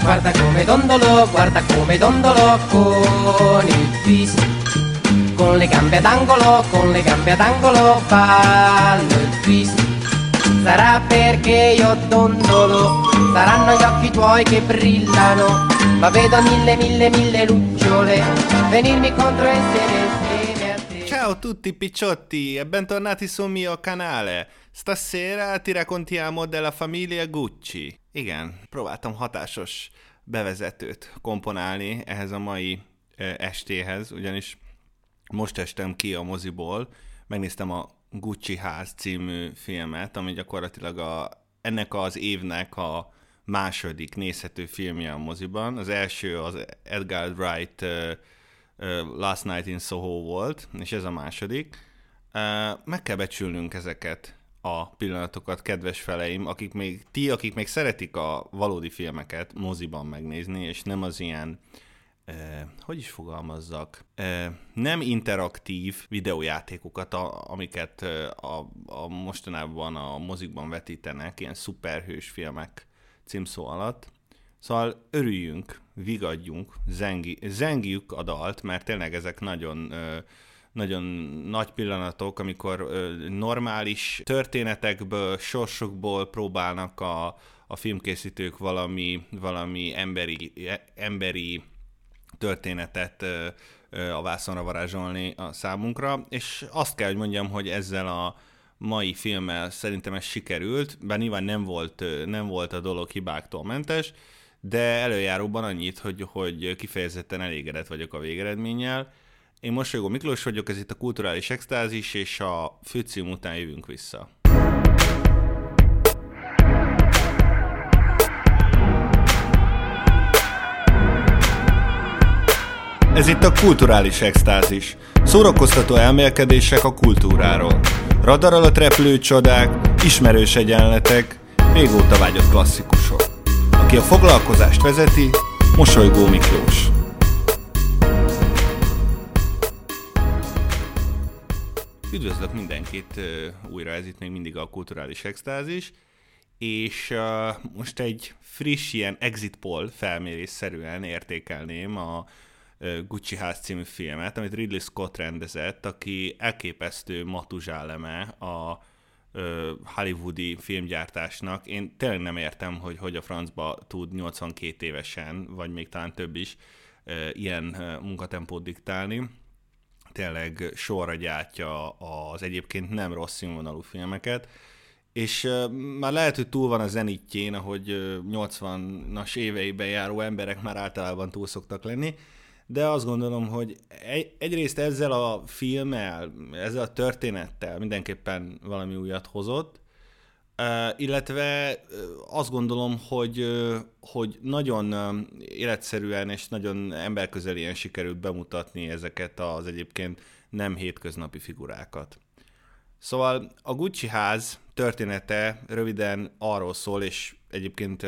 guarda come dondolo con il twist. Con le gambe ad angolo fa il twist. Sarà perché io dondolo, saranno gli occhi tuoi che brillano, ma vedo mille lucciole venirmi contro insieme a te. Ciao a tutti picciotti e bentornati sul mio canale. Stasera ti raccontiamo della famiglia Gucci. Igen, próbáltam hatásos bevezetőt komponálni ehhez a mai estéhez, ugyanis most estem ki a moziból, megnéztem a Gucci ház című filmet, ami gyakorlatilag ennek az évnek a második nézhető filmje a moziban. Az első az Edgar Wright Last Night in Soho volt, és ez a második. Meg kell becsülnünk ezeket a pillanatokat, kedves feleim, akik még szeretik a valódi filmeket moziban megnézni, és nem az ilyen, hogy is fogalmazzak, nem interaktív videójátékokat, amiket a mostanában a mozikban vetítenek, ilyen szuperhős filmek címszó alatt. Szóval örüljünk, vigadjunk, zengjük a dalt, mert tényleg ezek nagyon nagy pillanatok, amikor normális történetekből, sorsokból próbálnak a filmkészítők valami emberi történetet a vászonra varázsolni a számunkra, és azt kell, hogy mondjam, hogy ezzel a mai filmmel szerintem ez sikerült, bár nyilván nem volt a dolog hibáktól mentes, de előjáróban annyit, hogy kifejezetten elégedett vagyok a végeredménnyel. Én Mosolygó Miklós vagyok, ez itt a Kulturális Extázis, és a főcím után jövünk vissza. Ez itt a Kulturális Extázis. Szórakoztató elmélkedések a kultúráról. Radar alatt repülő csodák, ismerős egyenletek, régóta vágyott klasszikusok. Aki a foglalkozást vezeti, Mosolygó Miklós. Üdvözlök mindenkit újra, ez itt még mindig a Kulturális Extázis, és most egy friss ilyen exit poll felmérésszerűen értékelném a Gucci ház című filmet, amit Ridley Scott rendezett, aki elképesztő matuzsáleme a hollywoodi filmgyártásnak. Én tényleg nem értem, hogy a francba tud 82 évesen, vagy még talán több is ilyen munkatempót diktálni. Tényleg sorra gyártja az egyébként nem rossz színvonalú filmeket, és már lehet, hogy túl van a zenitjén, ahogy 80-as éveiben járó emberek már általában túl szoktak lenni, de azt gondolom, hogy egyrészt ezzel a filmmel, ezzel a történettel mindenképpen valami újat hozott, illetve azt gondolom, hogy nagyon életszerűen és nagyon emberközelien sikerült bemutatni ezeket az egyébként nem hétköznapi figurákat. Szóval a Gucci ház története röviden arról szól, és egyébként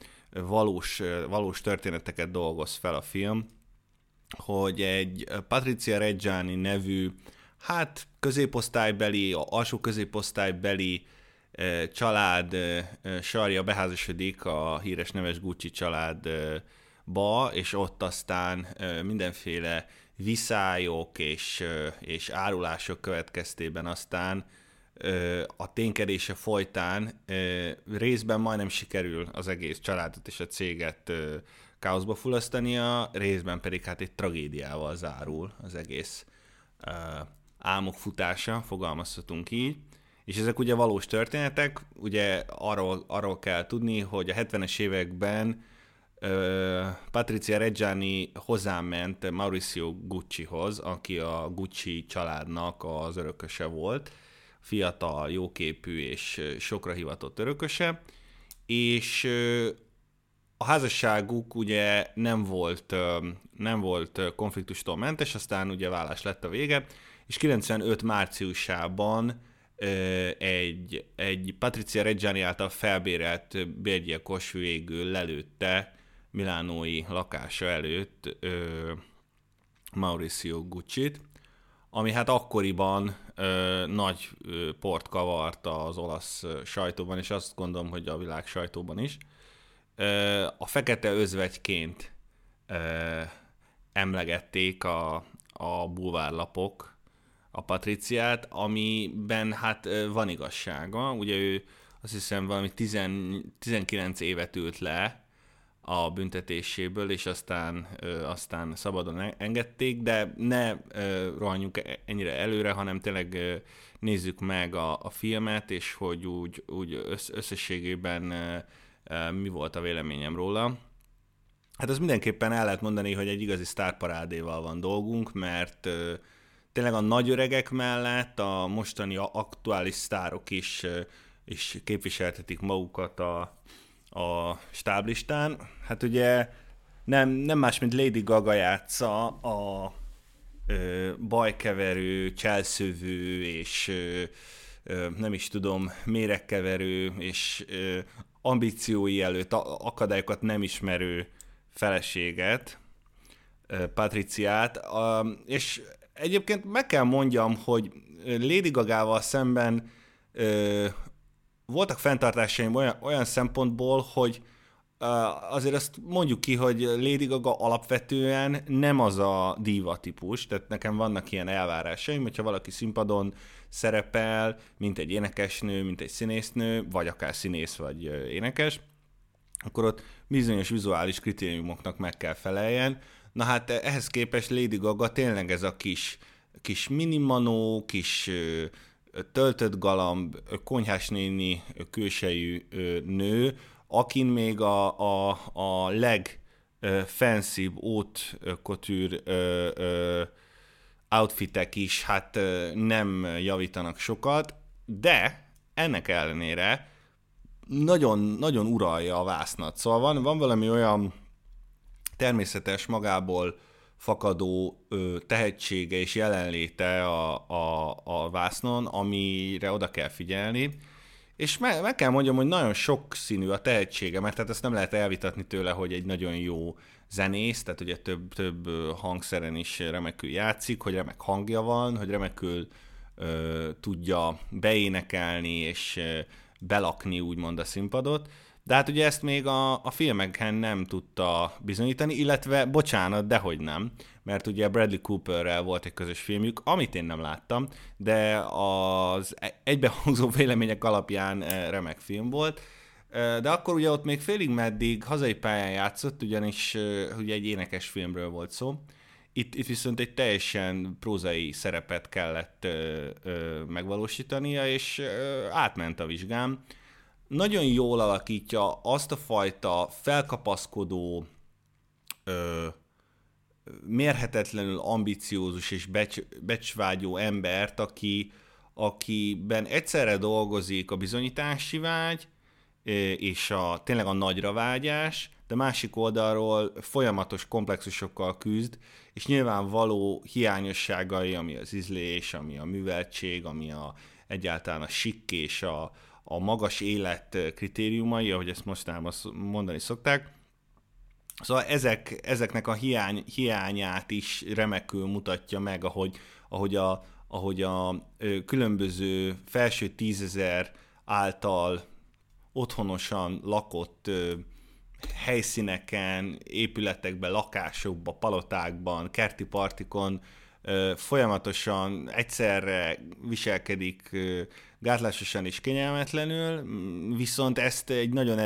valós történeteket dolgoz fel a film, hogy egy Patrizia Reggiani nevű, középosztálybeli, alsó középosztálybeli család sarja beházasodik a híres neves Gucci családba, és ott aztán mindenféle viszályok és árulások következtében aztán a ténykedése folytán részben majdnem sikerül az egész családot és a céget káoszba fullasztania, részben pedig egy tragédiával zárul az egész álmok futása, fogalmazhatunk így. És ezek ugye valós történetek, ugye arról kell tudni, hogy a 70-es években Patrizia Reggiani hozzáment Maurizio Guccihoz, aki a Gucci családnak az örököse volt, fiatal, jóképű és sokra hivatott örököse, és a házasságuk ugye nem volt konfliktustól mentes, aztán ugye vállás lett a vége, és 95 márciusában egy Patrizia Reggiani által felbérelt bérgyilkos végül lelőtte milánói lakása előtt Maurizio Guccit, ami akkoriban nagy port kavart az olasz sajtóban, és azt gondolom, hogy a világ sajtóban is. a fekete özvegyként emlegették a bulvárlapok a Patriciát, amiben hát van igazsága. Ugye ő azt hiszem valami 19 évet ült le a büntetéséből, és aztán szabadon engedték, de ne rohanjunk ennyire előre, hanem tényleg nézzük meg a filmet, és hogy úgy összességében mi volt a véleményem róla. Hát az mindenképpen el lehet mondani, hogy egy igazi sztárparádéval van dolgunk, mert tényleg a nagy öregek mellett a mostani aktuális sztárok is képviseltetik magukat a stáblistán. Hát ugye nem más, mint Lady Gaga játsza a bajkeverő, cselszövő és nem is tudom, méregkeverő és ambíciói előtt akadályokat nem ismerő feleséget, Patriciát, és egyébként meg kell mondjam, hogy Lady Gagával szemben voltak fenntartásaim olyan szempontból, hogy azért azt mondjuk ki, hogy Lady Gaga alapvetően nem az a díva típus, tehát nekem vannak ilyen elvárásaim, hogyha valaki színpadon szerepel, mint egy énekesnő, mint egy színésznő, vagy akár színész, vagy énekes, akkor ott bizonyos vizuális kritériumoknak meg kell feleljen. Na hát ehhez képest Lady Gaga tényleg ez a kis minimanó, kis töltött galamb, konyhásnéni külsejű nő, akin még a legfancybb haute couture outfitek is hát nem javítanak sokat, de ennek ellenére nagyon, nagyon uralja a vásznat. Szóval van valami olyan természetes, magából fakadó tehetsége és jelenléte a vásznon, amire oda kell figyelni. És meg kell mondjam, hogy nagyon sokszínű a tehetsége, mert hát ezt nem lehet elvitatni tőle, hogy egy nagyon jó zenész, tehát ugye több hangszeren is remekül játszik, hogy remek hangja van, hogy remekül tudja beénekelni és belakni úgymond a színpadot, de hát ugye ezt még a filmeken nem tudta bizonyítani, illetve bocsánat, dehogy nem, mert ugye Bradley Cooperrel volt egy közös filmjük, amit én nem láttam, de az egybehangzó vélemények alapján remek film volt, de akkor ugye ott még félig meddig hazai pályán játszott, ugyanis ugye egy énekes filmről volt szó. Itt viszont egy teljesen prózai szerepet kellett megvalósítania, és átment a vizsgám. Nagyon jól alakítja azt a fajta felkapaszkodó, mérhetetlenül ambiciózus és becsvágyó embert, akiben egyszerre dolgozik a bizonyítási vágy, és tényleg a nagyra vágyás, de másik oldalról folyamatos komplexusokkal küzd, és nyilvánvaló hiányosságai, ami az ízlés, ami a műveltség, ami egyáltalán a sikk és a magas élet kritériumai, ahogy ezt mostában mondani szokták. Szóval ezeknek a hiányát is remekül mutatja meg, ahogy a különböző felső 10 000 által otthonosan lakott helyszíneken, épületekben, lakásokban, palotákban, kerti partikon folyamatosan egyszerre viselkedik gátlásosan és kényelmetlenül, viszont ezt egy nagyon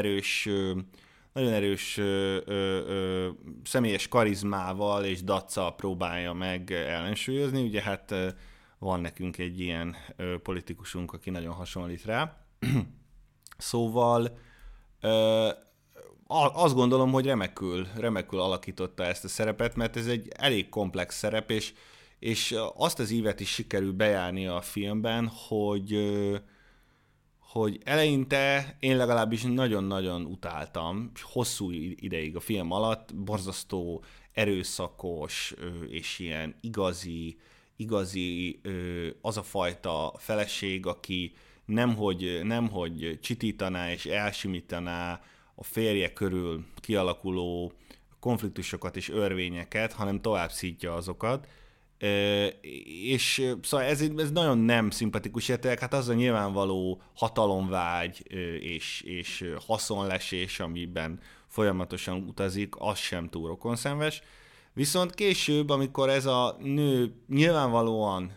erős személyes karizmával és daccal próbálja meg ellensúlyozni. Ugye hát van nekünk egy ilyen politikusunk, aki nagyon hasonlít rá. Szóval azt gondolom, hogy remekül alakította ezt a szerepet, mert ez egy elég komplex szerep, és azt az ívet is sikerül bejárni a filmben, hogy eleinte én legalábbis nagyon-nagyon utáltam, hosszú ideig a film alatt, borzasztó erőszakos és ilyen igazi az a fajta feleség, aki nemhogy csitítaná és elsimítaná a férje körül kialakuló konfliktusokat és örvényeket, hanem tovább szítja azokat. És szóval ez nagyon nem szimpatikus értelek, hát az a nyilvánvaló hatalomvágy és haszonlesés, amiben folyamatosan utazik, az sem túl rokonszenves. Viszont később, amikor ez a nő nyilvánvalóan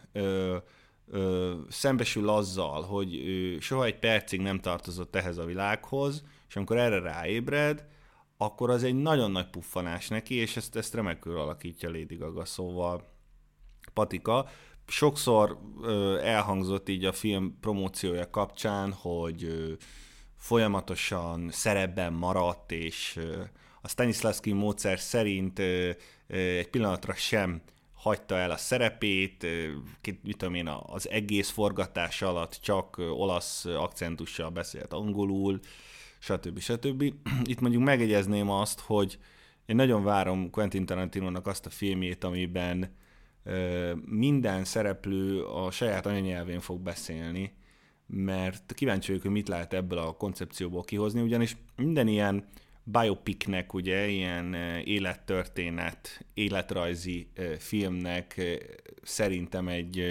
szembesül azzal, hogy soha egy percig nem tartozott ehhez a világhoz, és amikor erre ráébred, akkor az egy nagyon nagy puffanás neki, és ezt remekül alakítja Lady Gaga, szóval patika. Sokszor elhangzott így a film promóciója kapcsán, hogy folyamatosan szerepben maradt, és a Stanislavski módszer szerint egy pillanatra sem hagyta el a szerepét, mit tudom én, az egész forgatás alatt csak olasz akcentussal beszélt angolul, stb. Itt mondjuk megjegyezném azt, hogy én nagyon várom Quentin Tarantinónak azt a filmjét, amiben minden szereplő a saját anyanyelvén fog beszélni, mert kíváncsi vagyok, hogy mit lehet ebből a koncepcióból kihozni, ugyanis minden ilyen biopicnek, ugye, ilyen élettörténet, életrajzi filmnek szerintem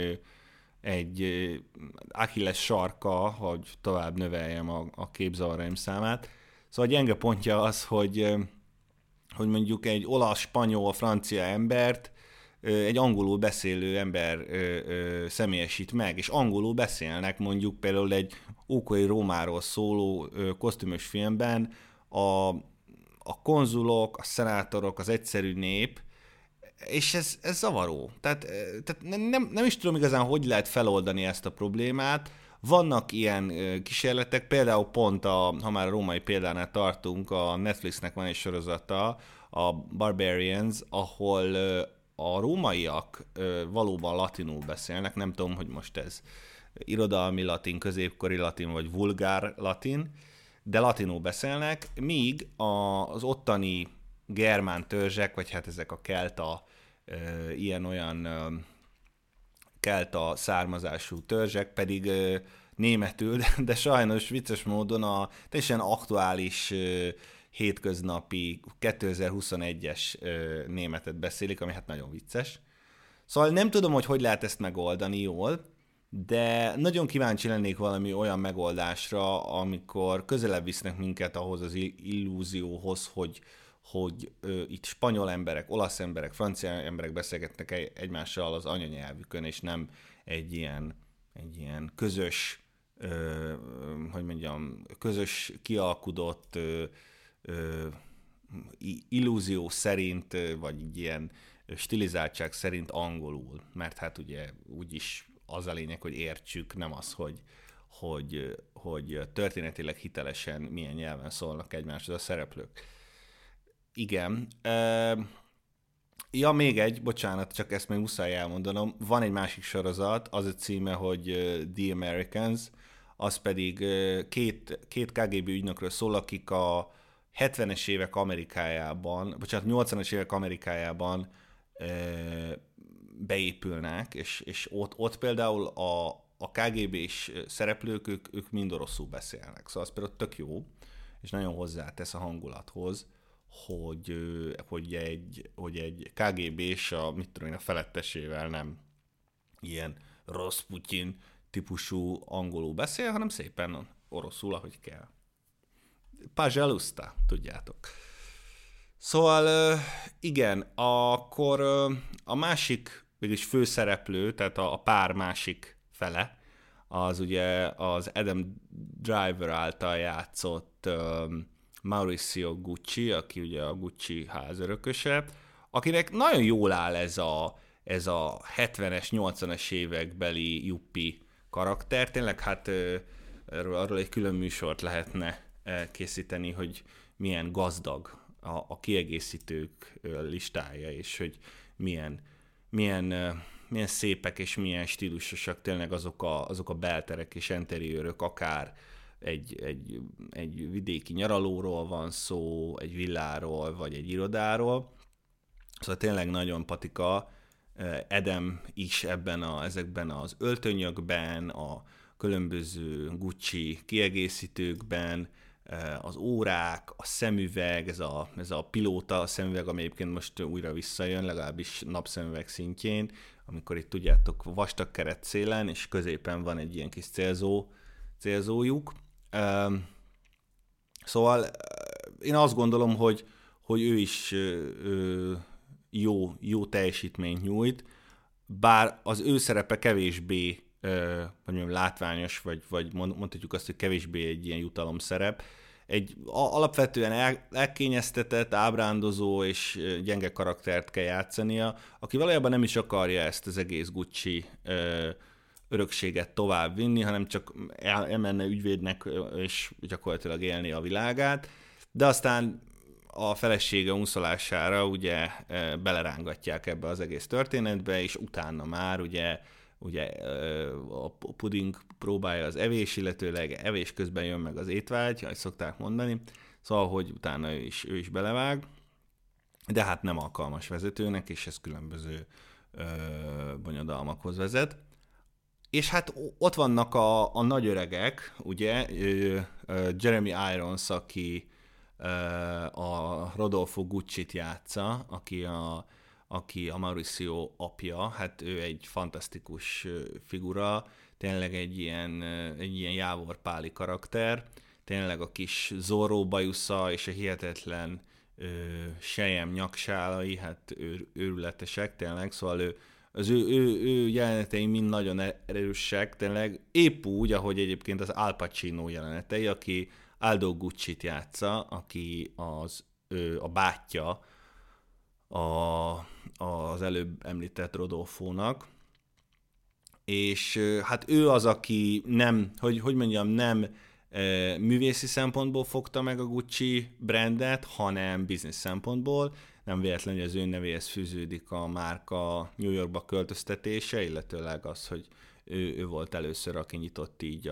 egy Achilles sarka, hogy tovább növeljem a képzavaraim számát. Szóval a gyenge pontja az, hogy mondjuk egy olasz, spanyol, francia embert egy angolul beszélő ember személyesít meg, és angolul beszélnek mondjuk például egy ókori Rómáról szóló kosztümös filmben a konzulok, a szenátorok, az egyszerű nép, és ez zavaró. Tehát nem is tudom igazán, hogy lehet feloldani ezt a problémát. Vannak ilyen kísérletek, például pont, ha már a római példánál tartunk, a Netflixnek van egy sorozata, a Barbarians, ahol a rómaiak valóban latinul beszélnek, nem tudom, hogy most ez irodalmi latin, középkori latin, vagy vulgár latin, de latinul beszélnek, míg az ottani germán törzsek, vagy hát ezek a kelta, ilyen-olyan kelta származású törzsek pedig németül, de sajnos vicces módon a teljesen aktuális hétköznapi 2021-es németet beszélik, ami hát nagyon vicces. Szóval nem tudom, hogy lehet ezt megoldani jól, de nagyon kíváncsi lennék valami olyan megoldásra, amikor közelebb visznek minket ahhoz az illúzióhoz, hogy itt spanyol emberek, olasz emberek, francia emberek beszélgetnek egymással az anyanyelvükön, és nem egy ilyen közös, közös kialkudott illúzió szerint, vagy egy ilyen stilizáltság szerint angolul, mert hát ugye úgyis az a lényeg, hogy értsük, nem az, hogy történetileg hitelesen milyen nyelven szólnak egymáshoz a szereplők. Igen. Ja, még egy, bocsánat, csak ezt még muszáj elmondanom. Van egy másik sorozat, az a címe, hogy The Americans, az pedig két KGB ügynökről szól, akik a 70-es évek Amerikájában, 80-es évek Amerikájában beépülnek, és ott például a KGB-s szereplők, ők mind oroszul beszélnek. Szóval az például tök jó, és nagyon hozzátesz a hangulathoz, hogy egy KGB-s a felettesével nem ilyen Rasputin típusú angolul beszél, hanem szépen oroszul, ahogy kell. Pazsaluszta, tudjátok. Szóval igen, akkor a másik mégis főszereplő, tehát a pár másik fele, az ugye az Adam Driver által játszott Mauricio Gucci, aki ugye a Gucci házörököse, akinek nagyon jól áll ez a 70-es, 80-es évekbeli juppi karakter. Tényleg hát arról egy külön műsort lehetne készíteni, hogy milyen gazdag a kiegészítők listája, és hogy milyen szépek és milyen stílusosak tényleg azok a belterek és interiőrök, akár egy vidéki nyaralóról van szó, egy villáról, vagy egy irodáról. Szóval tényleg nagyon patika. Adam is ezekben az öltönyökben, a különböző Gucci kiegészítőkben, az órák, a szemüveg, ez a pilóta szemüveg, ami egyébként most újra visszajön, legalábbis napszemüveg szintjén, amikor itt tudjátok vastag keret szélen, és középen van egy ilyen kis célzójuk. Szóval én azt gondolom, hogy ő is jó teljesítményt nyújt, bár az ő szerepe kevésbé látványos, vagy mondhatjuk azt, hogy kevésbé egy ilyen jutalomszerep. Egy alapvetően elkényeztetett, ábrándozó és gyenge karaktert kell játszania, aki valójában nem is akarja ezt az egész Gucci örökséget tovább vinni, hanem csak elmenne ügyvédnek és gyakorlatilag élni a világát, de aztán a felesége unszolására ugye belerángatják ebbe az egész történetbe, és utána már ugye a puding próbálja az evés, illetőleg evés közben jön meg az étvágy, ahogy szokták mondani, szóval, hogy utána ő is belevág, de hát nem alkalmas vezetőnek, és ez különböző bonyodalmakhoz vezet. És hát ott vannak a nagy öregek, ugye, Jeremy Irons, aki a Rodolfo Guccit játsza, aki a Mauricio apja, hát ő egy fantasztikus figura, tényleg egy ilyen Jávor Páli karakter, tényleg a kis Zorro bajusza és a hihetetlen sejem nyaksálai, hát őrületesek tényleg, szóval az ő jelenetei mind nagyon erősek, tényleg épp úgy, ahogy egyébként az Al Pacino jelenetei, aki Aldo Guccit játsza, aki a bátyja az előbb említett Rodolfónak, és hát ő az, aki nem művészi szempontból fogta meg a Gucci brandet, hanem business szempontból. Nem véletlenül, hogy az ő nevéhez fűződik a márka New Yorkba költöztetése, illetőleg az, hogy ő volt először, aki nyitott így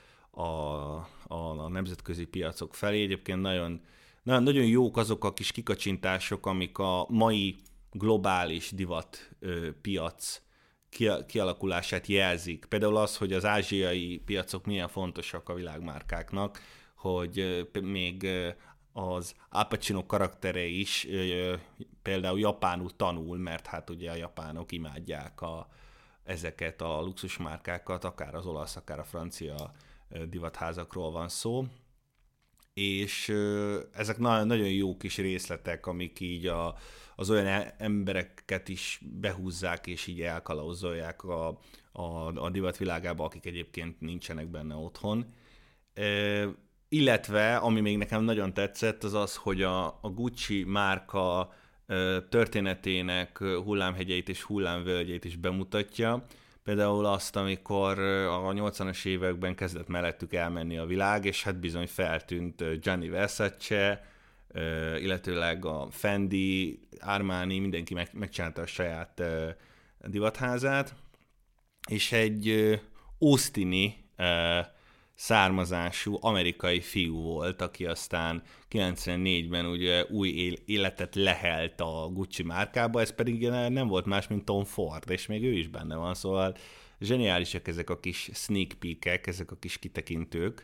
a nemzetközi piacok felé. Egyébként nagyon jók azok a kis kikacsintások, amik a mai globális divat piac kialakulását jelzik. Például az, hogy az ázsiai piacok milyen fontosak a világmárkáknak, hogy még az Al Pacino karaktere is például japánul tanul, mert hát ugye a japánok imádják ezeket a luxusmárkákat, akár az olasz, akár a francia divatházakról van szó. És ezek nagyon jó kis részletek, amik így az olyan embereket is behúzzák, és így elkalauzolják a divatvilágába, akik egyébként nincsenek benne otthon. Illetve, ami még nekem nagyon tetszett, az az, hogy a Gucci márka történetének hullámhegyeit és hullámvölgyeit is bemutatja. Például azt, amikor a 80-as években kezdett mellettük elmenni a világ, és hát bizony feltűnt Gianni Versace, illetőleg a Fendi, Armani, mindenki megcsinálta a saját divatházát, és egy austini származású amerikai fiú volt, aki aztán 94-ben ugye új életet lehelt a Gucci márkába, ez pedig nem volt más, mint Tom Ford, és még ő is benne van, szóval zseniálisak ezek a kis sneak peek-ek, ezek a kis kitekintők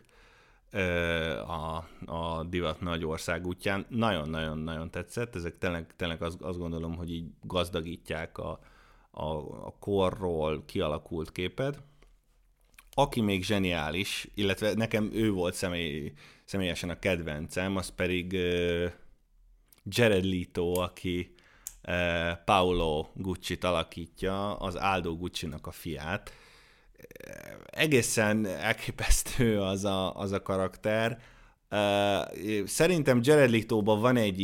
a divat nagy ország útján. Nagyon-nagyon-nagyon tetszett, ezek tényleg azt gondolom, hogy így gazdagítják a korról kialakult képet. Aki még zseniális, illetve nekem ő volt személyesen a kedvencem, az pedig Jared Leto, aki Paolo Guccit alakítja, az Aldo Guccinak a fiát. Egészen elképesztő az a karakter. Szerintem Jared Letóban van egy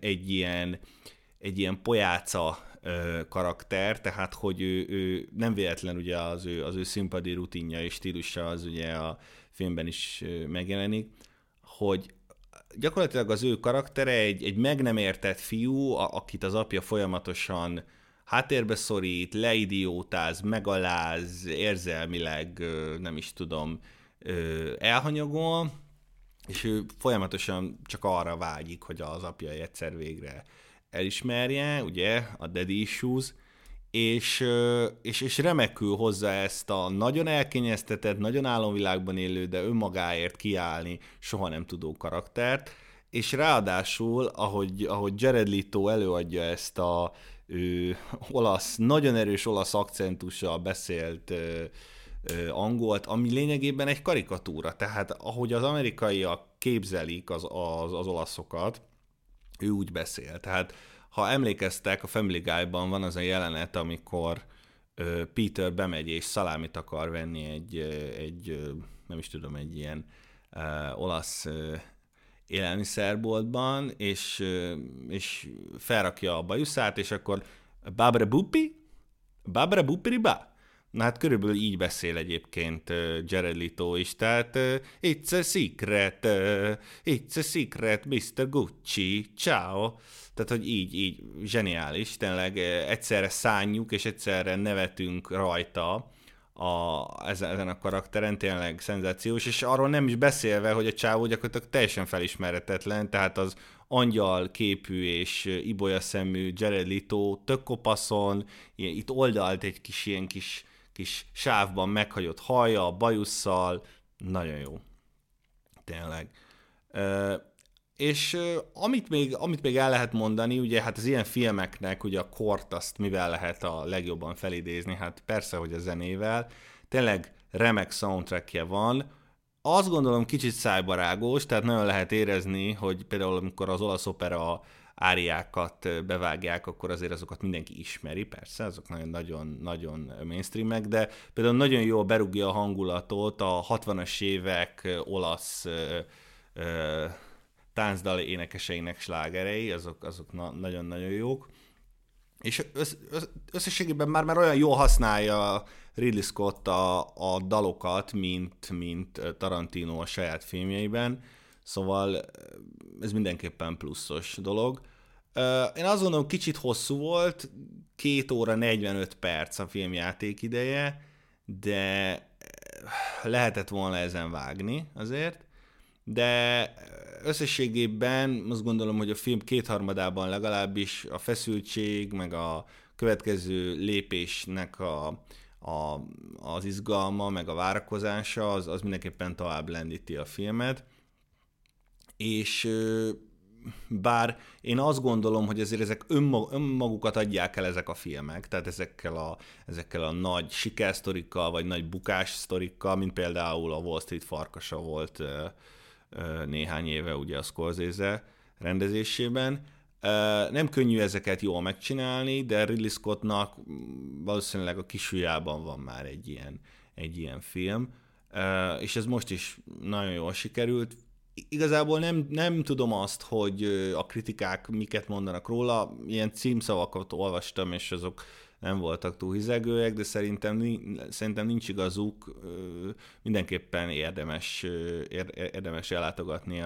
ilyen pojáca karakter, tehát hogy ő nem véletlen ugye az ő színpadi rutinja és stílusa az ugye a filmben is megjelenik, hogy gyakorlatilag az ő karaktere egy meg nem értett fiú, akit az apja folyamatosan háttérbe szorít, leidiótáz, megaláz, érzelmileg nem is tudom, elhanyagol, és ő folyamatosan csak arra vágyik, hogy az apja egyszer végre elismerje, ugye, a daddy issues, és remekül hozza ezt a nagyon elkényeztetett, nagyon álomvilágban élő, de önmagáért kiállni soha nem tudó karaktert, és ráadásul, ahogy Jared Leto előadja ezt a olasz, nagyon erős olasz akcentussal beszélt angolt, ami lényegében egy karikatúra. Tehát ahogy az amerikaiak képzelik az olaszokat, ő úgy beszél. Tehát ha emlékeztek, a Family Guy-ban van az a jelenet, amikor Peter bemegy és szalámit akar venni egy nem is tudom, egy ilyen olasz élelmiszerboltban, és felrakja a bajuszát, és akkor Babra Buppi-riba. Na hát körülbelül így beszél egyébként Jared Leto is, tehát it's a secret, Mr. Gucci, ciao. Tehát, hogy így zseniális, tényleg egyszerre szánjuk, és egyszerre nevetünk rajta ezen a karakteren, tényleg szenzációs, és arról nem is beszélve, hogy a csávó gyakorlatilag teljesen felismeretetlen, tehát az angyal képű és ibolya szemű Jared Leto tök kopaszon, itt oldalt egy ilyen kis sávban meghagyott haja, bajusszal, nagyon jó. Tényleg. És amit még el lehet mondani, ugye hát az ilyen filmeknek ugye a kort azt mivel lehet a legjobban felidézni, hát persze, hogy a zenével, tényleg remek soundtrackje van, azt gondolom kicsit szájbarágos, tehát nagyon lehet érezni, hogy például amikor az olasz opera áriákat bevágják, akkor azért azokat mindenki ismeri, persze, azok nagyon mainstreamek, de például nagyon jól berúgja a hangulatot a 60-as évek olasz táncdal énekeseinek slágerei, azok nagyon-nagyon jók. És összességében már olyan jól használja Ridley Scott a dalokat, mint Tarantino a saját filmjeiben, szóval ez mindenképpen pluszos dolog. Én azt gondolom, kicsit hosszú volt, 2 óra 45 perc a filmjáték ideje, de lehetett volna ezen vágni azért, de összességében azt gondolom, hogy a film 2/3 legalábbis a feszültség, meg a következő lépésnek az izgalma, meg a várakozása, az mindenképpen tovább lendíti a filmet. És bár én azt gondolom, hogy azért ezek önmagukat adják el ezek a filmek, tehát ezekkel a nagy sikersztorikkal, vagy nagy bukássztorikkal, mint például a Wall Street farkasa volt néhány éve ugye a Scorsese rendezésében. Nem könnyű ezeket jól megcsinálni, de Ridley Scottnak valószínűleg a kisujjában van már egy ilyen film, és ez most is nagyon jól sikerült. Igazából nem tudom azt, hogy a kritikák miket mondanak róla, ilyen címszavakat olvastam, és azok nem voltak túl hizegőek, de szerintem nincs igazuk, mindenképpen érdemes ellátogatni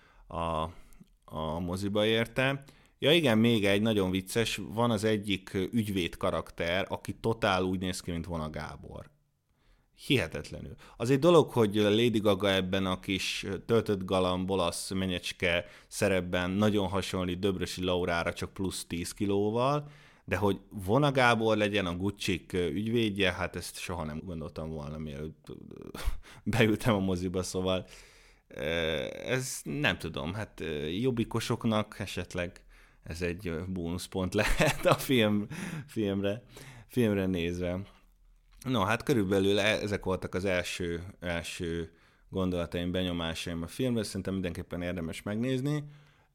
a moziba érte. Ja igen, még egy nagyon vicces, van az egyik ügyvéd karakter, aki totál úgy néz ki, mint Vona Gábor. Hihetetlenül. Az egy dolog, hogy Lady Gaga ebben a kis töltött galamb olasz menyecske szerepben nagyon hasonlít Döbrösi Laurára, csak plusz 10 kilóval, de hogy Vona Gábor legyen a Gucci-k ügyvédje, hát ezt soha nem gondoltam volna, mielőtt beültem a moziba, szóval ez nem tudom, hát jobbikosoknak esetleg ez egy bónuszpont lehet a filmre nézve. No, hát körülbelül ezek voltak az első gondolataim, benyomásaim a filmről, szerintem mindenképpen érdemes megnézni.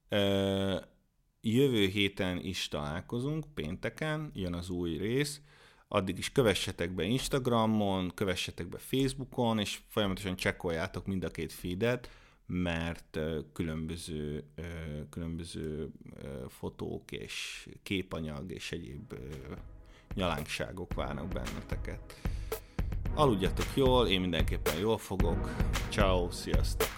Jövő héten is találkozunk, pénteken, jön az új rész, addig is kövessetek be Instagramon, kövessetek be Facebookon, és folyamatosan csekkoljátok mind a két feedet, mert különböző fotók és képanyag és egyéb nyalánkságok várnak benneteket. Aludjatok jól, én mindenképpen jól fogok. Ciao, sziasztok!